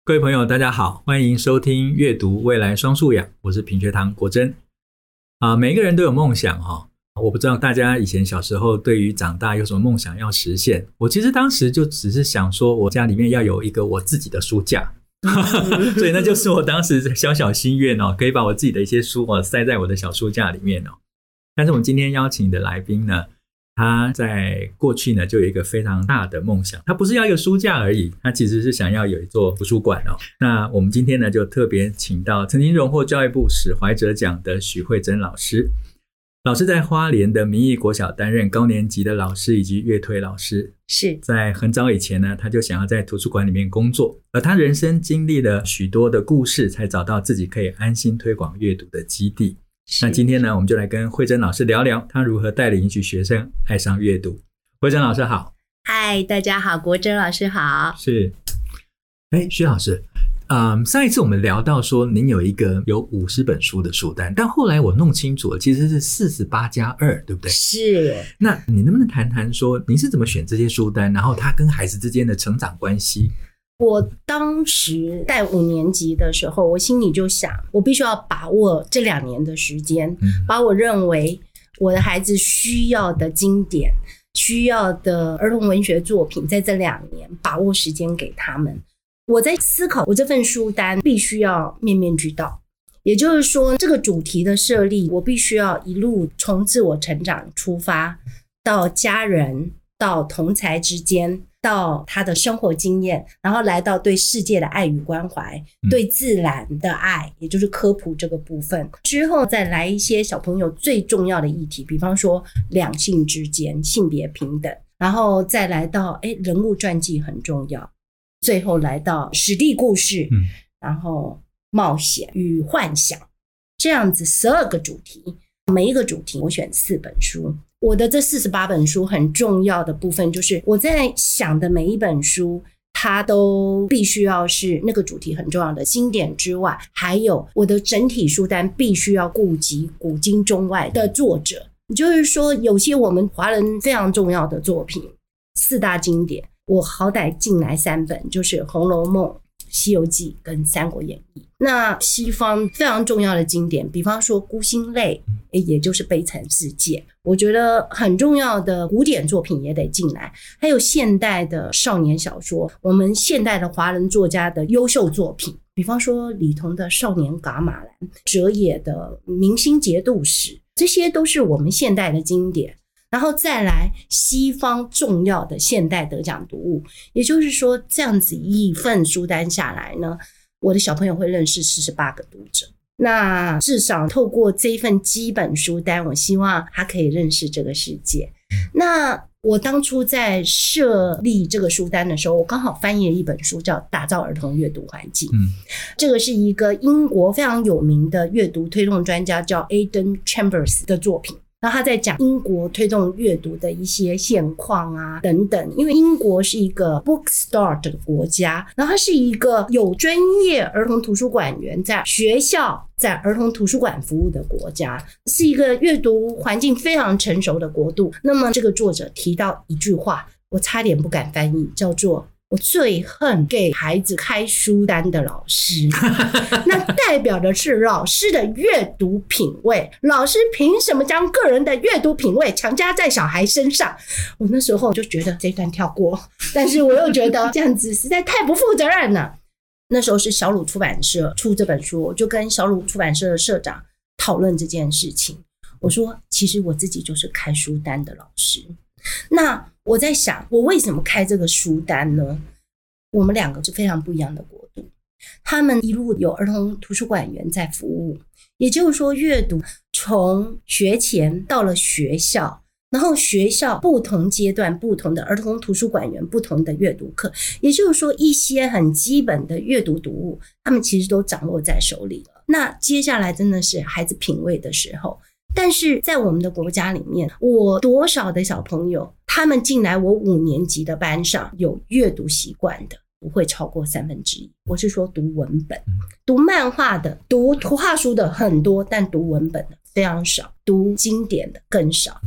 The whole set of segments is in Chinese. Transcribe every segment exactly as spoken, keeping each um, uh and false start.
各位朋友大家好，欢迎收听阅读未来双素养，我是品学堂国珍、呃、每一个人都有梦想、哦、我不知道大家以前小时候对于长大有什么梦想要实现。我其实当时就只是想说我家里面要有一个我自己的书架所以那就是我当时小小心愿哦，可以把我自己的一些书、哦、塞在我的小书架里面哦。但是我们今天邀请的来宾呢，他在过去呢就有一个非常大的梦想，他不是要一个书架而已，他其实是想要有一座图书馆哦。那我们今天呢就特别请到曾经荣获教育部史怀哲奖的许慧珍老师。老师在花莲的民意国小担任高年级的老师以及乐推老师， 是在很早以前呢，他就想要在图书馆里面工作，而他人生经历了许多的故事，才找到自己可以安心推广阅读的基地。那今天呢，我们就来跟慧珍老师聊聊他如何带领一群学生爱上阅读。慧珍老师好。 嗨，大家好，国珍老师好。 是，哎，许老师，嗯，上一次我们聊到说您有一个有五十本书的书单，但后来我弄清楚了，其实是四十八加二，对不对？ 是。 那你能不能谈谈说您是怎么选这些书单，然后它跟孩子之间的成长关系？ 我当时带五年级的时候，我心里就想，我必须要把握这两年的时间、嗯、把我认为我的孩子需要的经典、需要的儿童文学作品，在这两年把握时间给他们。我在思考，我这份书单必须要面面俱到，也就是说，这个主题的设立，我必须要一路从自我成长出发，到家人，到同侪之间，到他的生活经验，然后来到对世界的爱与关怀、嗯、对自然的爱，也就是科普这个部分，之后再来一些小朋友最重要的议题，比方说两性之间、性别平等，然后再来到诶人物传记很重要，最后来到史地故事、嗯、然后冒险与幻想，这样子十二个主题，每一个主题我选四本书。我的这四十八本书很重要的部分就是我在想的每一本书，它都必须要是那个主题很重要的经典之外，还有我的整体书单必须要顾及古今中外的作者。就是说有些我们华人非常重要的作品，四大经典我好歹进来三本，就是红楼梦、西游记跟三国演义。那西方非常重要的经典，比方说孤星泪，也就是悲惨世界，我觉得很重要的古典作品也得进来，还有现代的少年小说，我们现代的华人作家的优秀作品，比方说李彤的少年噶玛兰，哲野的明星节度使，这些都是我们现代的经典。然后再来西方重要的现代得奖读物，也就是说这样子一份书单下来呢，我的小朋友会认识四十八个读者。那至少透过这一份基本书单，我希望他可以认识这个世界。那我当初在设立这个书单的时候，我刚好翻译了一本书叫《打造儿童阅读环境》、嗯、这个是一个英国非常有名的阅读推动专家叫 Aidan Chambers 的作品，然后他在讲英国推动阅读的一些现况啊等等，因为英国是一个 bookstore 的国家，然后它是一个有专业儿童图书馆员在学校在儿童图书馆服务的国家，是一个阅读环境非常成熟的国度。那么这个作者提到一句话，我差点不敢翻译，叫做我最恨给孩子开书单的老师那代表的是老师的阅读品味，老师凭什么将个人的阅读品味强加在小孩身上？我那时候就觉得这一段跳过，但是我又觉得这样子实在太不负责任了。那时候是小鲁出版社出这本书，我就跟小鲁出版社的社长讨论这件事情。我说其实我自己就是开书单的老师，那我在想我为什么开这个书单呢？我们两个是非常不一样的国度，他们一路有儿童图书馆员在服务，也就是说阅读从学前到了学校，然后学校不同阶段不同的儿童图书馆员不同的阅读课，也就是说一些很基本的阅读读物他们其实都掌握在手里了。那接下来真的是孩子品味的时候，但是在我们的国家里面，我多少的小朋友他们进来我五年级的班上有阅读习惯的不会超过三分之一，我是说读文本，读漫画的读图画书的很多，但读文本的非常少，读经典的更少。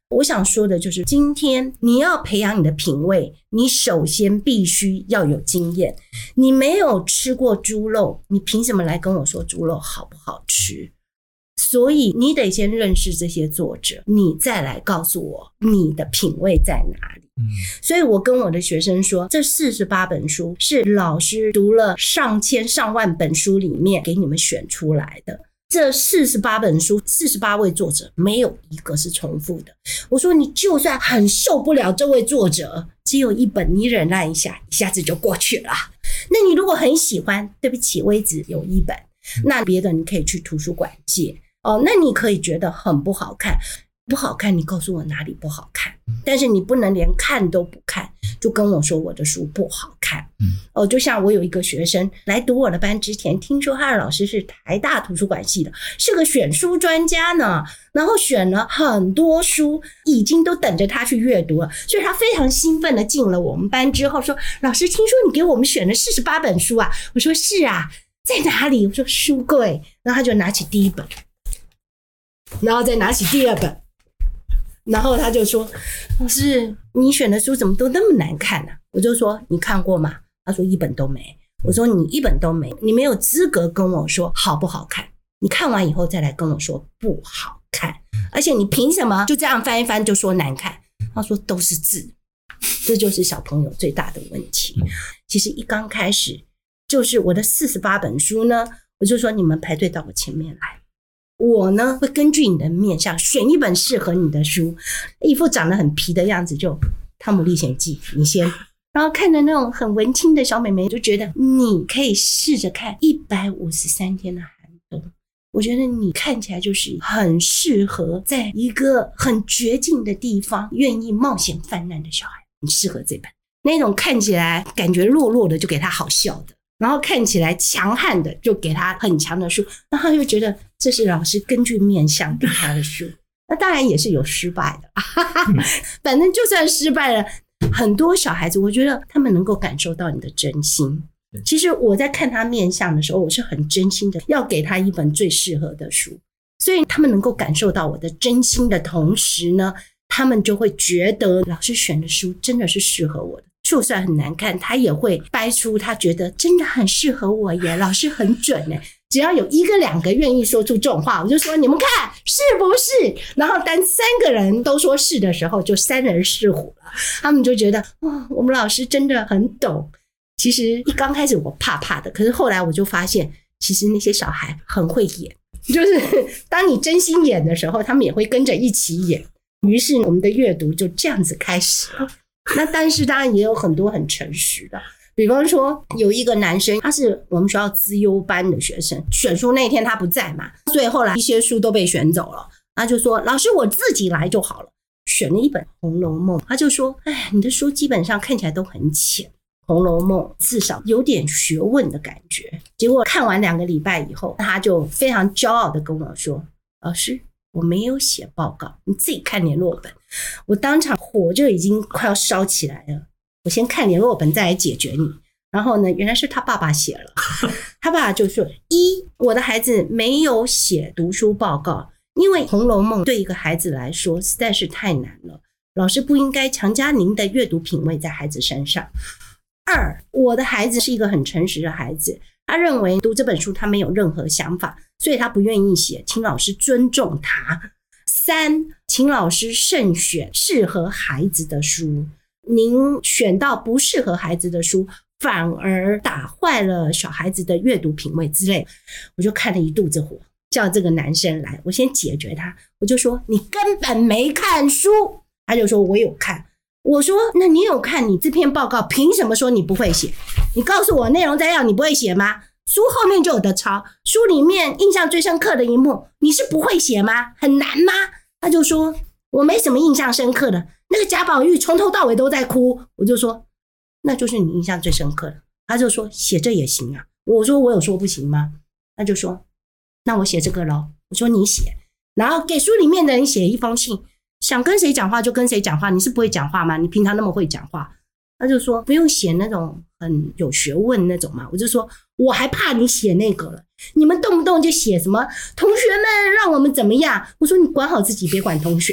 我想说的就是，今天你要培养你的品味，你首先必须要有经验。你没有吃过猪肉，你凭什么来跟我说猪肉好不好吃？所以你得先认识这些作者，你再来告诉我你的品味在哪里。嗯、所以我跟我的学生说，这四十八本书是老师读了上千上万本书里面给你们选出来的。这四十八本书，四十八位作者没有一个是重复的。我说你就算很受不了这位作者，只有一本你忍耐一下，一下子就过去了。那你如果很喜欢，对不起，我也只有一本，那别的你可以去图书馆借哦。那你可以觉得很不好看，不好看你告诉我哪里不好看，但是你不能连看都不看就跟我说我的书不好看。嗯，哦，就像我有一个学生来读我的班之前，听说他的老师是台大图书馆系的，是个选书专家呢，然后选了很多书，已经都等着他去阅读了，所以他非常兴奋的进了我们班之后说，老师，听说你给我们选了四十八本书啊？我说是啊，在哪里？我说书柜。然后他就拿起第一本，然后再拿起第二本，然后他就说，老师，你选的书怎么都那么难看呢、啊？我就说你看过吗？他说一本都没。我说你一本都没，你没有资格跟我说好不好看，你看完以后再来跟我说不好看，而且你凭什么就这样翻一翻就说难看？他说都是字。这就是小朋友最大的问题。其实一刚开始就是我的四十八本书呢，我就说你们排队到我前面来，我呢会根据你的面相选一本适合你的书。一副长得很皮的样子，就《汤姆历险记》你先，然后看着那种很文青的小美眉，就觉得你可以试着看一百五十三天的寒冬。我觉得你看起来就是很适合在一个很绝境的地方愿意冒险犯难的小孩，你适合这本。那种看起来感觉弱弱的就给他好笑的，然后看起来强悍的就给他很强的书，然后他就觉得这是老师根据面向给他的书。那当然也是有失败的反正就算失败了，很多小孩子我觉得他们能够感受到你的真心。其实我在看他面相的时候，我是很真心的要给他一本最适合的书，所以他们能够感受到我的真心的同时呢，他们就会觉得老师选的书真的是适合我的，就算很难看他也会掰出他觉得真的很适合我耶，老师很准耶。只要有一个两个愿意说出这种话，我就说你们看是不是？然后当三个人都说是的时候，就三人是虎了。他们就觉得哇，我们老师真的很懂。其实一刚开始我怕怕的，可是后来我就发现其实那些小孩很会演，就是当你真心演的时候，他们也会跟着一起演。于是我们的阅读就这样子开始了。那但是当然也有很多很诚实的，比方说有一个男生，他是我们学校资优班的学生，选书那天他不在嘛，所以后来一些书都被选走了。他就说老师我自己来就好了，选了一本《红楼梦》，他就说哎，你的书基本上看起来都很浅，《红楼梦》至少有点学问的感觉。结果看完两个礼拜以后，他就非常骄傲的跟我说，老师我没有写报告，你自己看联络本。我当场火就已经快要烧起来了，我先看联络本再来解决你。然后呢，原来是他爸爸写了。他爸爸就说，一，我的孩子没有写读书报告，因为《红楼梦》对一个孩子来说实在是太难了，老师不应该强加您的阅读品味在孩子身上。二，我的孩子是一个很诚实的孩子，他认为读这本书他没有任何想法，所以他不愿意写，请老师尊重他。三，请老师慎选适合孩子的书，您选到不适合孩子的书，反而打坏了小孩子的阅读品味之类。我就看了一肚子火，叫这个男生来，我先解决他。我就说你根本没看书，他就说我有看。我说那你有看，你这篇报告凭什么说你不会写？你告诉我内容摘要你不会写吗？书后面就有的抄，书里面印象最深刻的一幕你是不会写吗？很难吗？他就说我没什么印象深刻的，那个贾宝玉从头到尾都在哭。我就说那就是你印象最深刻的。他就说写这也行啊。我说我有说不行吗？他就说那我写这个咯。我说你写，然后给书里面的人写一封信，想跟谁讲话就跟谁讲话，你是不会讲话吗？你平常那么会讲话。他就说不用写那种很有学问那种嘛。我就说我还怕你写那个了，你们动不动就写什么同学们让我们怎么样。我说你管好自己，别管同学。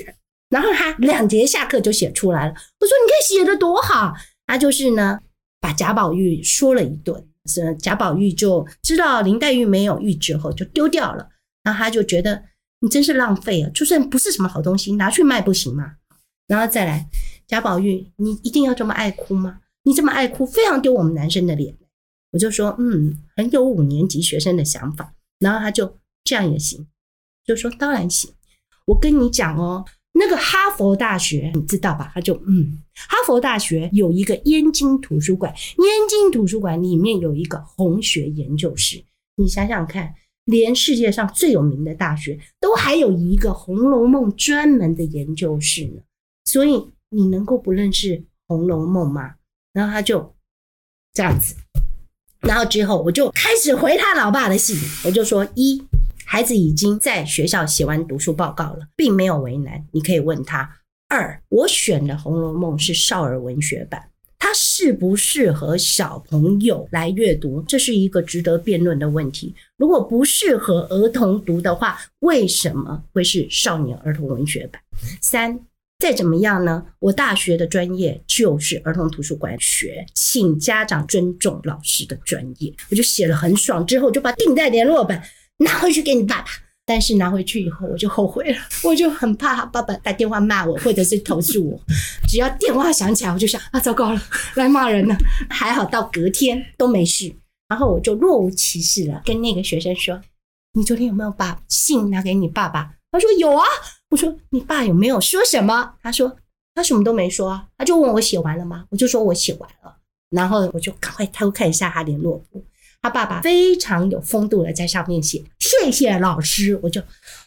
然后他两节下课就写出来了。我说你看写得多好，他就是呢把贾宝玉说了一顿，是贾宝玉就知道林黛玉没有玉之后就丢掉了，然后他就觉得你真是浪费啊，就算不是什么好东西拿去卖不行吗？然后再来贾宝玉，你一定要这么爱哭吗？你这么爱哭非常丢我们男生的脸。我就说嗯，很有五年级学生的想法。然后他就这样也行，就说当然行。我跟你讲哦，那个哈佛大学你知道吧？他就嗯，哈佛大学有一个燕京图书馆，燕京图书馆里面有一个红学研究室。你想想看，连世界上最有名的大学都还有一个《红楼梦》专门的研究室呢，所以你能够不认识《红楼梦》吗？然后他就这样子，然后之后我就开始回他老爸的信，我就说一，孩子已经在学校写完读书报告了，并没有为难，你可以问他。二，我选的《红楼梦》是少儿文学版，它适不适合小朋友来阅读，这是一个值得辩论的问题。如果不适合儿童读的话，为什么会是少年儿童文学版？三，再怎么样呢，我大学的专业就是儿童图书馆学，请家长尊重老师的专业。我就写了很爽，之后就把订在联络本拿回去给你爸爸。但是拿回去以后我就后悔了，我就很怕他爸爸打电话骂我或者是投诉我，只要电话响起来我就想啊，糟糕了，来骂人了。还好到隔天都没事，然后我就若无其事了，跟那个学生说，你昨天有没有把信拿给你爸爸？他说有啊。我说你爸有没有说什么？他说他什么都没说啊。他就问我写完了吗？我就说我写完了，然后我就赶快偷看一下他联络簿，他爸爸非常有风度的在上面写谢谢老师，我就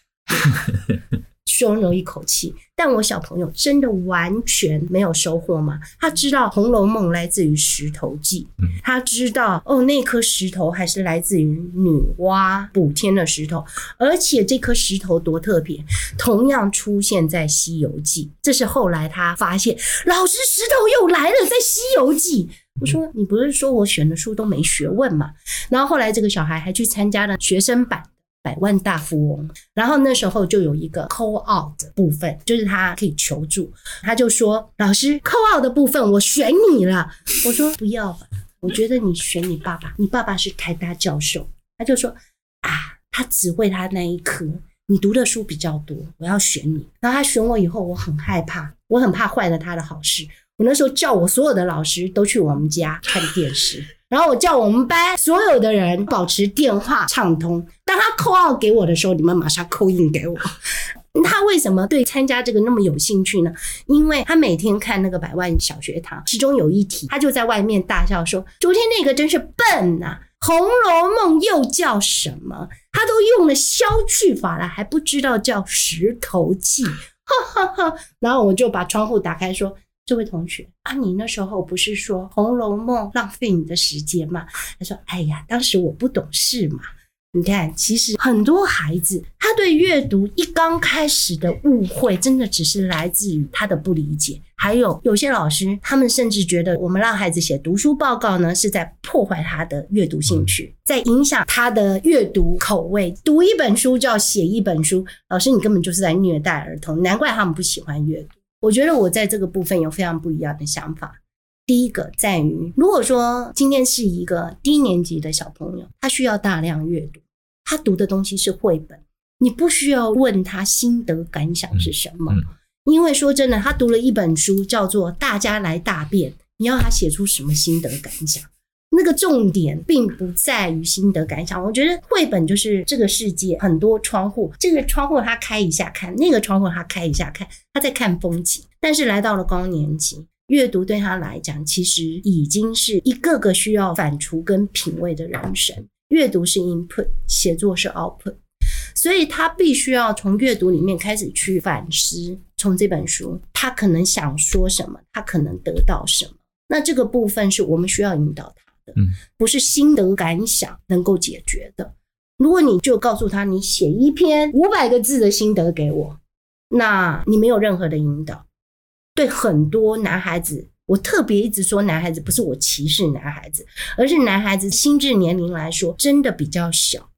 松了一口气。但我小朋友真的完全没有收获吗？他知道《红楼梦》来自于石头记，他知道哦，那颗石头还是来自于女娲补天的石头，而且这颗石头多特别，同样出现在西游记。这是后来他发现老师石头又来了，在西游记。我说你不是说我选的书都没学问吗？然后后来这个小孩还去参加了学生版百万大富翁，然后那时候就有一个 call out 的部分，就是他可以求助，他就说老师 call out 的部分我选你了。我说不要吧，我觉得你选你爸爸，你爸爸是台大教授。他就说啊，他只会他那一科，你读的书比较多，我要选你。然后他选我以后我很害怕，我很怕坏了他的好事。我那时候叫我所有的老师都去我们家看电视，然后我叫我们班所有的人保持电话畅通，当他call out给我的时候，你们马上call in给我。他为什么对参加这个那么有兴趣呢？因为他每天看那个百万小学堂，其中有一题他就在外面大笑说，昨天那个真是笨啊，红楼梦又叫什么？他都用了消去法了，还不知道叫石头记。哈哈哈。然后我就把窗户打开说，这位同学啊，你那时候不是说《红楼梦》浪费你的时间吗？他说哎呀，当时我不懂事嘛。你看其实很多孩子他对阅读一刚开始的误会真的只是来自于他的不理解，还有有些老师他们甚至觉得我们让孩子写读书报告呢是在破坏他的阅读兴趣，在影响他的阅读口味，读一本书就要写一本书，老师你根本就是在虐待儿童，难怪他们不喜欢阅读。我觉得我在这个部分有非常不一样的想法。第一个在于，如果说今天是一个低年级的小朋友，他需要大量阅读，他读的东西是绘本，你不需要问他心得感想是什么，因为说真的，他读了一本书叫做《大家来大便》，你要他写出什么心得感想？那个重点并不在于心得感想。我觉得绘本就是这个世界很多窗户，这个窗户他开一下看，那个窗户他开一下看，他在看风景。但是来到了高年级，阅读对他来讲其实已经是一个个需要反刍跟品味的人生。阅读是 input， 写作是 output， 所以他必须要从阅读里面开始去反思，从这本书他可能想说什么，他可能得到什么。那这个部分是我们需要引导他的，不是心得感想能够解决的。如果你就告诉他你写一篇五百个字的心得给我，那你没有任何的引导。对很多男孩子，我特别一直说男孩子，不是我歧视男孩子，而是男孩子心智年龄来说真的比较小，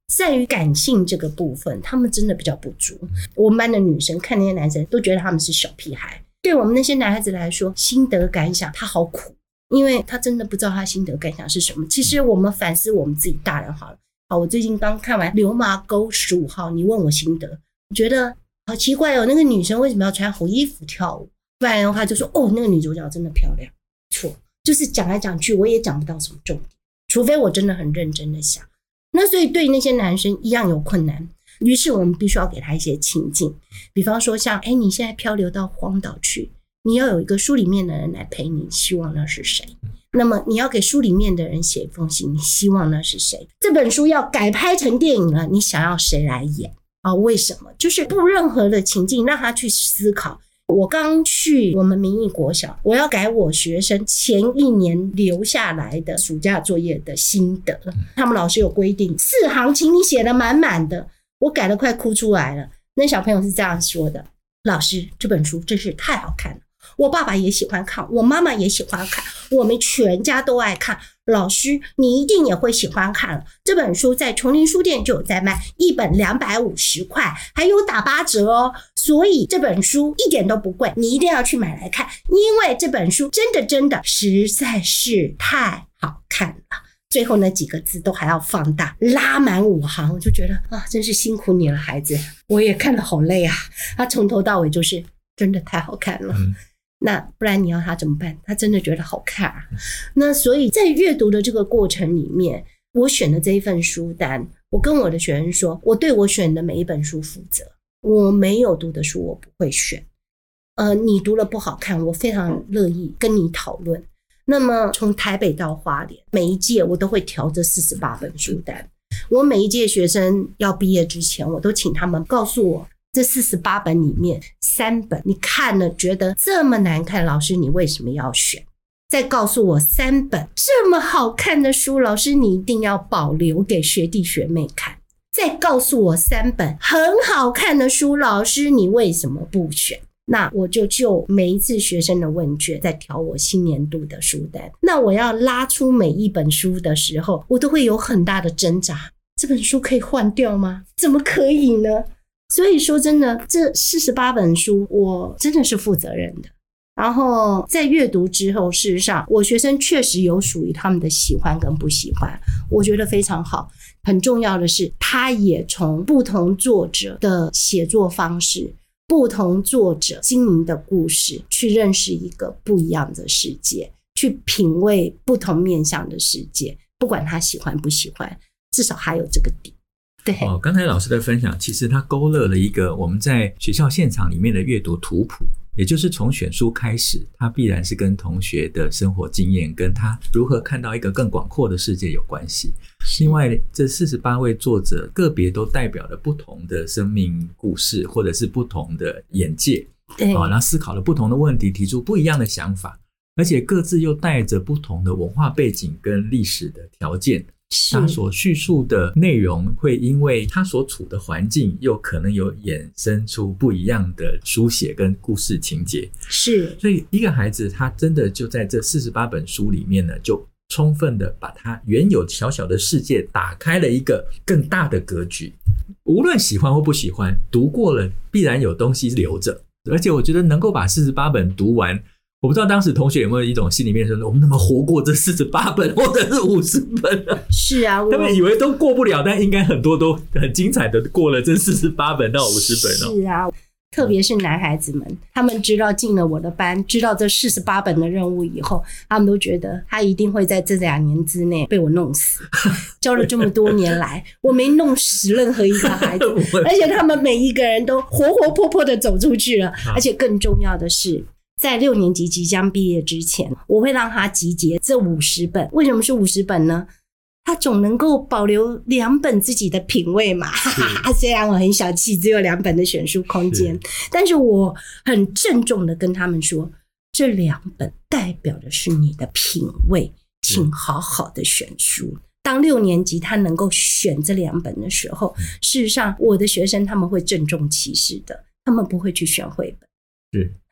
在于感性这个部分，他们真的比较不足。我们班的女生看那些男生都觉得他们是小屁孩，对我们那些男孩子来说，心得感想他好苦，因为他真的不知道他心得感想是什么。其实我们反思我们自己大人好了。好，我最近刚看完《流麻沟十五号》，你问我心得，我觉得好奇怪哦，那个女生为什么要穿红衣服跳舞？不然的话就说哦，那个女主角真的漂亮。错，就是讲来讲去我也讲不到什么重点，除非我真的很认真的想。那所以对那些男生一样有困难，于是我们必须要给他一些情境，比方说像哎，你现在漂流到荒岛去，你要有一个书里面的人来陪你，希望那是谁？那么你要给书里面的人写一封信，你希望那是谁？这本书要改拍成电影了，你想要谁来演啊？为什么？就是不任何的情境让他去思考。我刚去我们民意国小，我要改我学生前一年留下来的暑假作业的心得，他们老师有规定四行请你写得满满的，我改得快哭出来了。那小朋友是这样说的：老师，这本书真是太好看了，我爸爸也喜欢看，我妈妈也喜欢看，我们全家都爱看，老师你一定也会喜欢看了。这本书在丛林书店就有在卖，一本两百五十块，还有打八折哦。所以这本书一点都不贵，你一定要去买来看，因为这本书真的真的实在是太好看了。最后那几个字都还要放大，拉满五行，我就觉得啊，真是辛苦你了，孩子，我也看得好累啊。他从头到尾就是真的太好看了。嗯，那不然你要他怎么办？他真的觉得好看啊。那所以在阅读的这个过程里面，我选的这一份书单，我跟我的学生说，我对我选的每一本书负责，我没有读的书我不会选。呃，你读了不好看，我非常乐意跟你讨论。那么从台北到花莲，每一届我都会调这四十八本书单。我每一届学生要毕业之前，我都请他们告诉我，这四十八本里面三本你看了觉得这么难看，老师你为什么要选？再告诉我三本这么好看的书，老师你一定要保留给学弟学妹看。再告诉我三本很好看的书，老师你为什么不选？那我就就每一次学生的问卷再调我新年度的书单。那我要拉出每一本书的时候，我都会有很大的挣扎，这本书可以换掉吗？怎么可以呢？所以说真的，这四十八本书我真的是负责任的。然后在阅读之后，事实上我学生确实有属于他们的喜欢跟不喜欢，我觉得非常好。很重要的是，他也从不同作者的写作方式，不同作者经营的故事，去认识一个不一样的世界，去品味不同面向的世界，不管他喜欢不喜欢，至少还有这个底。对哦，刚才老师的分享，其实他勾勒了一个我们在学校现场里面的阅读图谱，也就是从选书开始，他必然是跟同学的生活经验，跟他如何看到一个更广阔的世界有关系。另外，这四十八位作者个别都代表了不同的生命故事，或者是不同的眼界，对，哦，然后思考了不同的问题，提出不一样的想法，而且各自又带着不同的文化背景跟历史的条件。他所叙述的内容会因为他所处的环境又可能有衍生出不一样的书写跟故事情节。是，所以一个孩子他真的就在这四十八本书里面呢，就充分的把他原有小小的世界打开了一个更大的格局。无论喜欢或不喜欢，读过了必然有东西留着。而且我觉得能够把四十八本读完，我不知道当时同学有没有一种心里面说，我们怎么活过这四十八本或者是五十本啊？是啊，他们以为都过不了，但应该很多都很精彩的过了这四十八本到五十本哦。是啊，特别是男孩子们，他们知道进了我的班，知道这四十八本的任务以后，他们都觉得他一定会在这两年之内被我弄死。教了这么多年来，我没弄死任何一个孩子，而且他们每一个人都活活泼泼的走出去了。而且更重要的是，在六年级即将毕业之前，我会让他集结这五十本。为什么是五十本呢？他总能够保留两本自己的品味嘛。虽然我很小气，只有两本的选书空间，但是我很郑重的跟他们说，这两本代表的是你的品味，请好好的选书。当六年级他能够选这两本的时候，事实上我的学生他们会郑重其事的，他们不会去选绘本。是，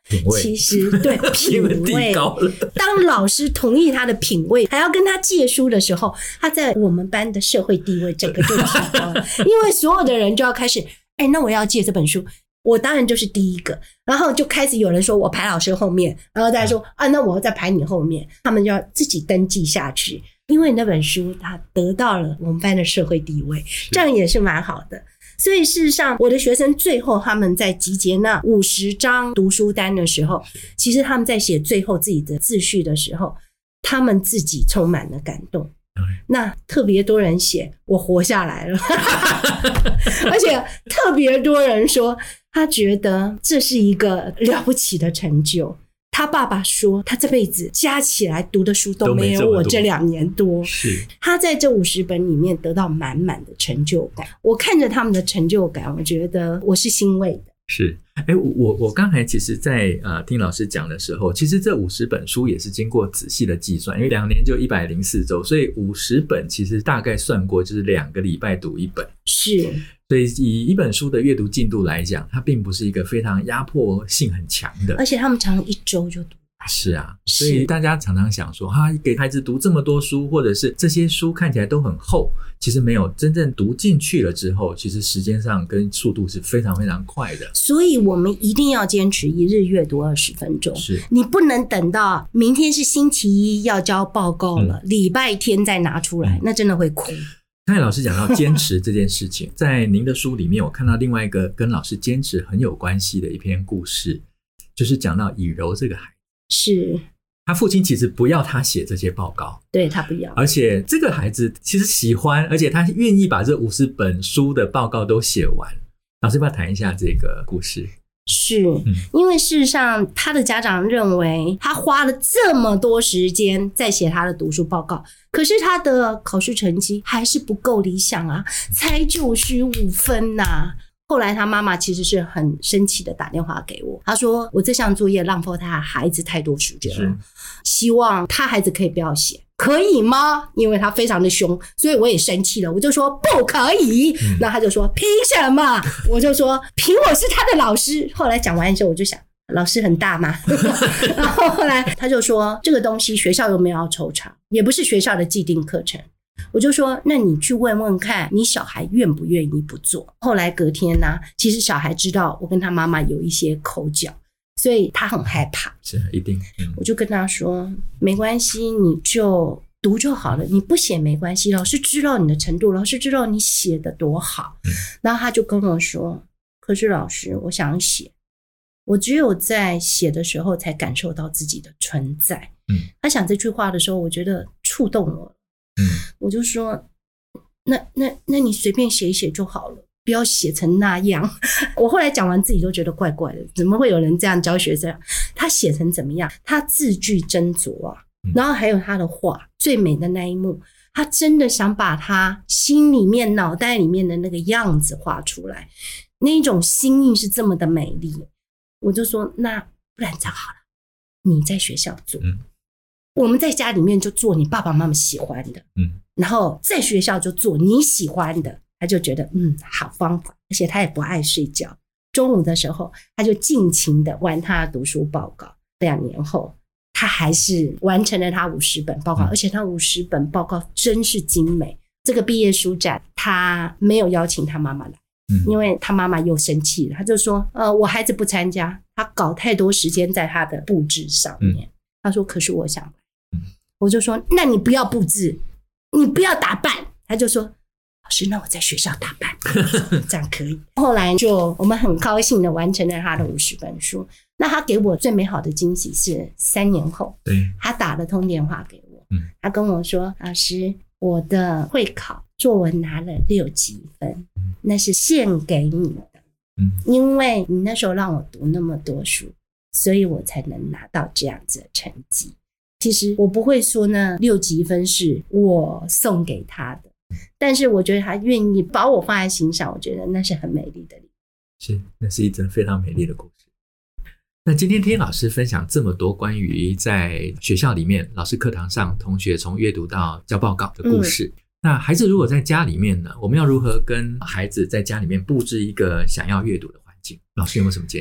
品味其实对品味高了。 当老师同意他的品味，还要跟他借书的时候，他在我们班的社会地位整个就提高了，因为所有的人就要开始，哎，那我要借这本书。我当然就是第一个，然后就开始有人说我排老师后面，然后再说啊，那我要再排你后面，他们就要自己登记下去，因为那本书它得到了我们班的社会地位，这样也是蛮好的。所以事实上我的学生最后他们在集结那五十张读书单的时候，其实他们在写最后自己的自序的时候，他们自己充满了感动。那特别多人写我活下来了而且特别多人说他觉得这是一个了不起的成就。他爸爸说他这辈子加起来读的书都没有我这两年多， 是他在这五十本里面得到满满的成就感。我看着他们的成就感，我觉得我是欣慰的。 是，哎，我我刚才其实在呃听老师讲的时候，其实这五十本书也是经过仔细的计算，因为两年就一百零四周，所以五十本其实大概算过就是两个礼拜读一本。 是， 所以以一本书的阅读进度来讲，它并不是一个非常压迫性很强的， 而且他们常常一周就读。 是啊，所以大家常常想说哈，给孩子读这么多书，或者是这些书看起来都很厚，其实没有真正读进去了之后，其实时间上跟速度是非常非常快的。 所以我们一定要坚持一日阅读二十分钟， 是你不能等到明天是星期一要交报告了，嗯、礼拜天再拿出来，嗯、那真的会哭。 刚才老师讲到坚持这件事情在您的书里面我看到另外一个跟老师坚持很有关系的一篇故事，就是讲到以柔这个孩子， 是他父亲其实不要他写这些报告， 对，他不要， 而且这个孩子其实喜欢，而且他愿意把这五十本书的报告都写完。老师要不要谈一下这个故事？ 是、嗯、因为事实上他的家长认为他花了这么多时间在写他的读书报告，可是他的考试成绩还是不够理想啊，才九十五分啊。后来他妈妈其实是很生气的打电话给我，他说我这项作业浪费他孩子太多时间了，希望他孩子可以不要写，可以吗？因为他非常的凶，所以我也生气了，我就说不可以、嗯、那他就说凭什么？我就说凭我是他的老师。后来讲完之后我就想老师很大嘛然后后来他就说这个东西学校又没有要抽查，也不是学校的既定课程。我就说那你去问问看你小孩愿不愿意不做。后来隔天呢、啊，其实小孩知道我跟他妈妈有一些口角，所以他很害怕。 是一定、嗯、 我就跟他说没关系，你就读就好了，你不写没关系，老师知道你的程度，老师知道你写得多好、嗯、然后他就跟我说可是老师我想写，我只有在写的时候才感受到自己的存在、嗯、他讲这句话的时候我觉得触动我，嗯，我就说那那那你随便写一写就好了，不要写成那样。我后来讲完自己都觉得怪怪的，怎么会有人这样教学生？他写成怎么样？他字句斟酌啊，然后还有他的画，最美的那一幕，他真的想把他心里面脑袋里面的那个样子画出来，那一种心意是这么的美丽。我就说那不然这样好了，你在学校做、嗯我们在家里面就做你爸爸妈妈喜欢的，嗯，然后在学校就做你喜欢的。他就觉得嗯好方法，而且他也不爱睡觉。中午的时候他就尽情的玩他的读书报告。两年后他还是完成了他五十本报告、嗯、而且他五十本报告真是精美。这个毕业书展他没有邀请他妈妈来、嗯、因为他妈妈又生气了，他就说呃，我孩子不参加，他搞太多时间在他的布置上面、嗯、他说可是我想我就说那你不要布置，你不要打扮。他就说老师那我在学校打扮这样可以。后来就我们很高兴的完成了他的五十本书。那他给我最美好的惊喜是三年后对他打了通电话给我、嗯、他跟我说老师我的会考作文拿了六级分、嗯、那是献给你的、嗯、因为你那时候让我读那么多书，所以我才能拿到这样子的成绩。其实我不会说呢六级分是我送给他的，但是我觉得他愿意把我放在心上，我觉得那是很美丽的礼物。 是，那是一则非常美丽的故事。那今天听老师分享这么多关于在学校里面老师课堂上同学从阅读到交报告的故事、嗯、那孩子如果在家里面呢，我们要如何跟孩子在家里面布置一个想要阅读的环境？老师有没有什么建议？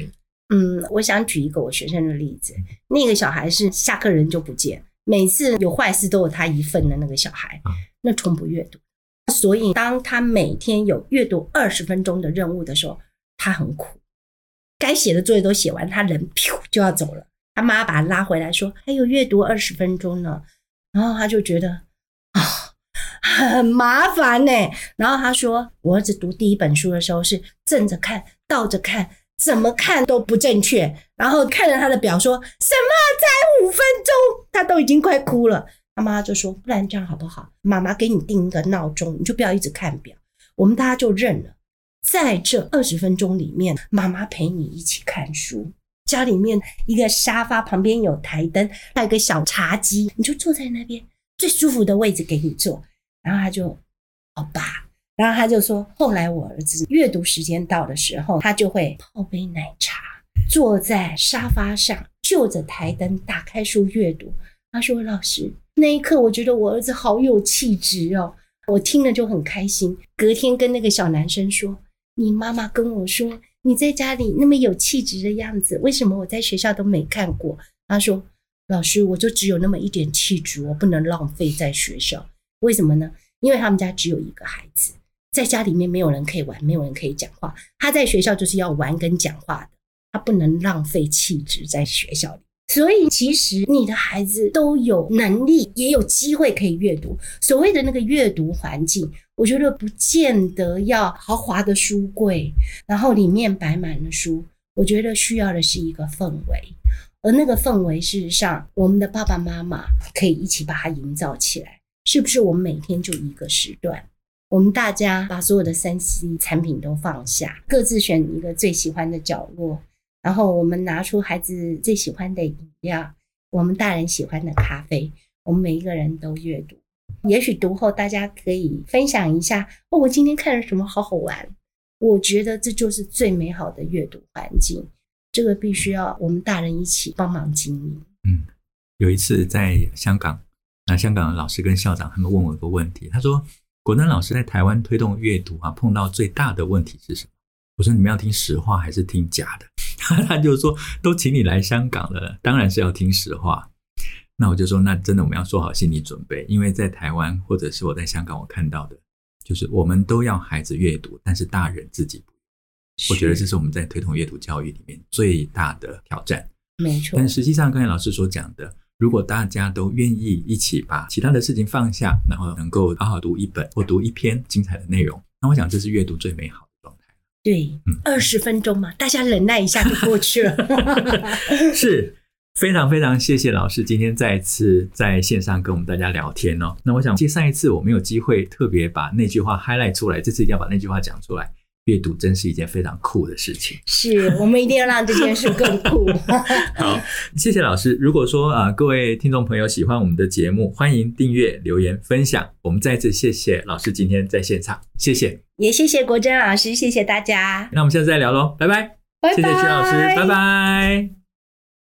嗯，我想举一个我学生的例子，那个小孩是下课人就不见，每次有坏事都有他一份的那个小孩，那从不阅读。所以当他每天有阅读二十分钟的任务的时候，他很苦，该写的作业都写完，他人噗就要走了，他妈把他拉回来说还有阅读二十分钟呢，然后他就觉得啊、哦、很麻烦呢。然后他说我儿子读第一本书的时候是正着看倒着看，怎么看都不正确，然后看了他的表说什么才五分钟，他都已经快哭了。他妈就说不然这样好不好，妈妈给你定一个闹钟，你就不要一直看表。我们大家就认了，在这二十分钟里面，妈妈陪你一起看书，家里面一个沙发旁边有台灯，还有一个小茶几，你就坐在那边最舒服的位置给你坐。然后他就好吧，然后他就说后来我儿子阅读时间到的时候，他就会泡杯奶茶，坐在沙发上就着台灯打开书阅读。他说老师那一刻我觉得我儿子好有气质哦，我听了就很开心。隔天跟那个小男生说，你妈妈跟我说你在家里那么有气质的样子，为什么我在学校都没看过？他说老师我就只有那么一点气质，我不能浪费在学校。为什么呢？因为他们家只有一个孩子，在家里面没有人可以玩，没有人可以讲话，他在学校就是要玩跟讲话的，他不能浪费气质在学校里。所以其实你的孩子都有能力也有机会可以阅读。所谓的那个阅读环境，我觉得不见得要豪华的书柜，然后里面摆满了书，我觉得需要的是一个氛围。而那个氛围事实上我们的爸爸妈妈可以一起把它营造起来。是不是我们每天就一个时段，我们大家把所有的 三 C 产品都放下，各自选一个最喜欢的角落，然后我们拿出孩子最喜欢的饮料，我们大人喜欢的咖啡，我们每一个人都阅读。也许读后大家可以分享一下，哦，我今天看了什么好好玩。我觉得这就是最美好的阅读环境，这个必须要我们大人一起帮忙经营。 嗯，有一次在香港，那香港的老师跟校长他们问我一个问题，他说国珍老师在台湾推动阅读啊，碰到最大的问题是什么？我说你们要听实话还是听假的？他就说都请你来香港了，当然是要听实话。那我就说那真的我们要做好心理准备，因为在台湾或者是我在香港我看到的就是我们都要孩子阅读，但是大人自己不。我觉得这是我们在推动阅读教育里面最大的挑战。 没错。 但实际上刚才老师所讲的，如果大家都愿意一起把其他的事情放下，然后能够好好读一本或读一篇精彩的内容，那我想这是阅读最美好的状态。 对，二十、嗯、分钟嘛，大家忍耐一下就过去了。 是非常非常谢谢老师今天再次在线上跟我们大家聊天哦。那我想接上一次我没有机会特别把那句话 highlight 出来，这次一定要把那句话讲出来。阅读真是一件非常酷的事情， 是我们一定要让这件事更酷。 好，谢谢老师。如果说、呃、各位听众朋友喜欢我们的节目，欢迎订阅、留言、分享。我们再次谢谢老师今天在现场，谢谢， 也谢谢国珍老师，谢谢大家。 那我们下次再聊咯，拜拜。 拜拜， 谢谢曲老师，拜拜。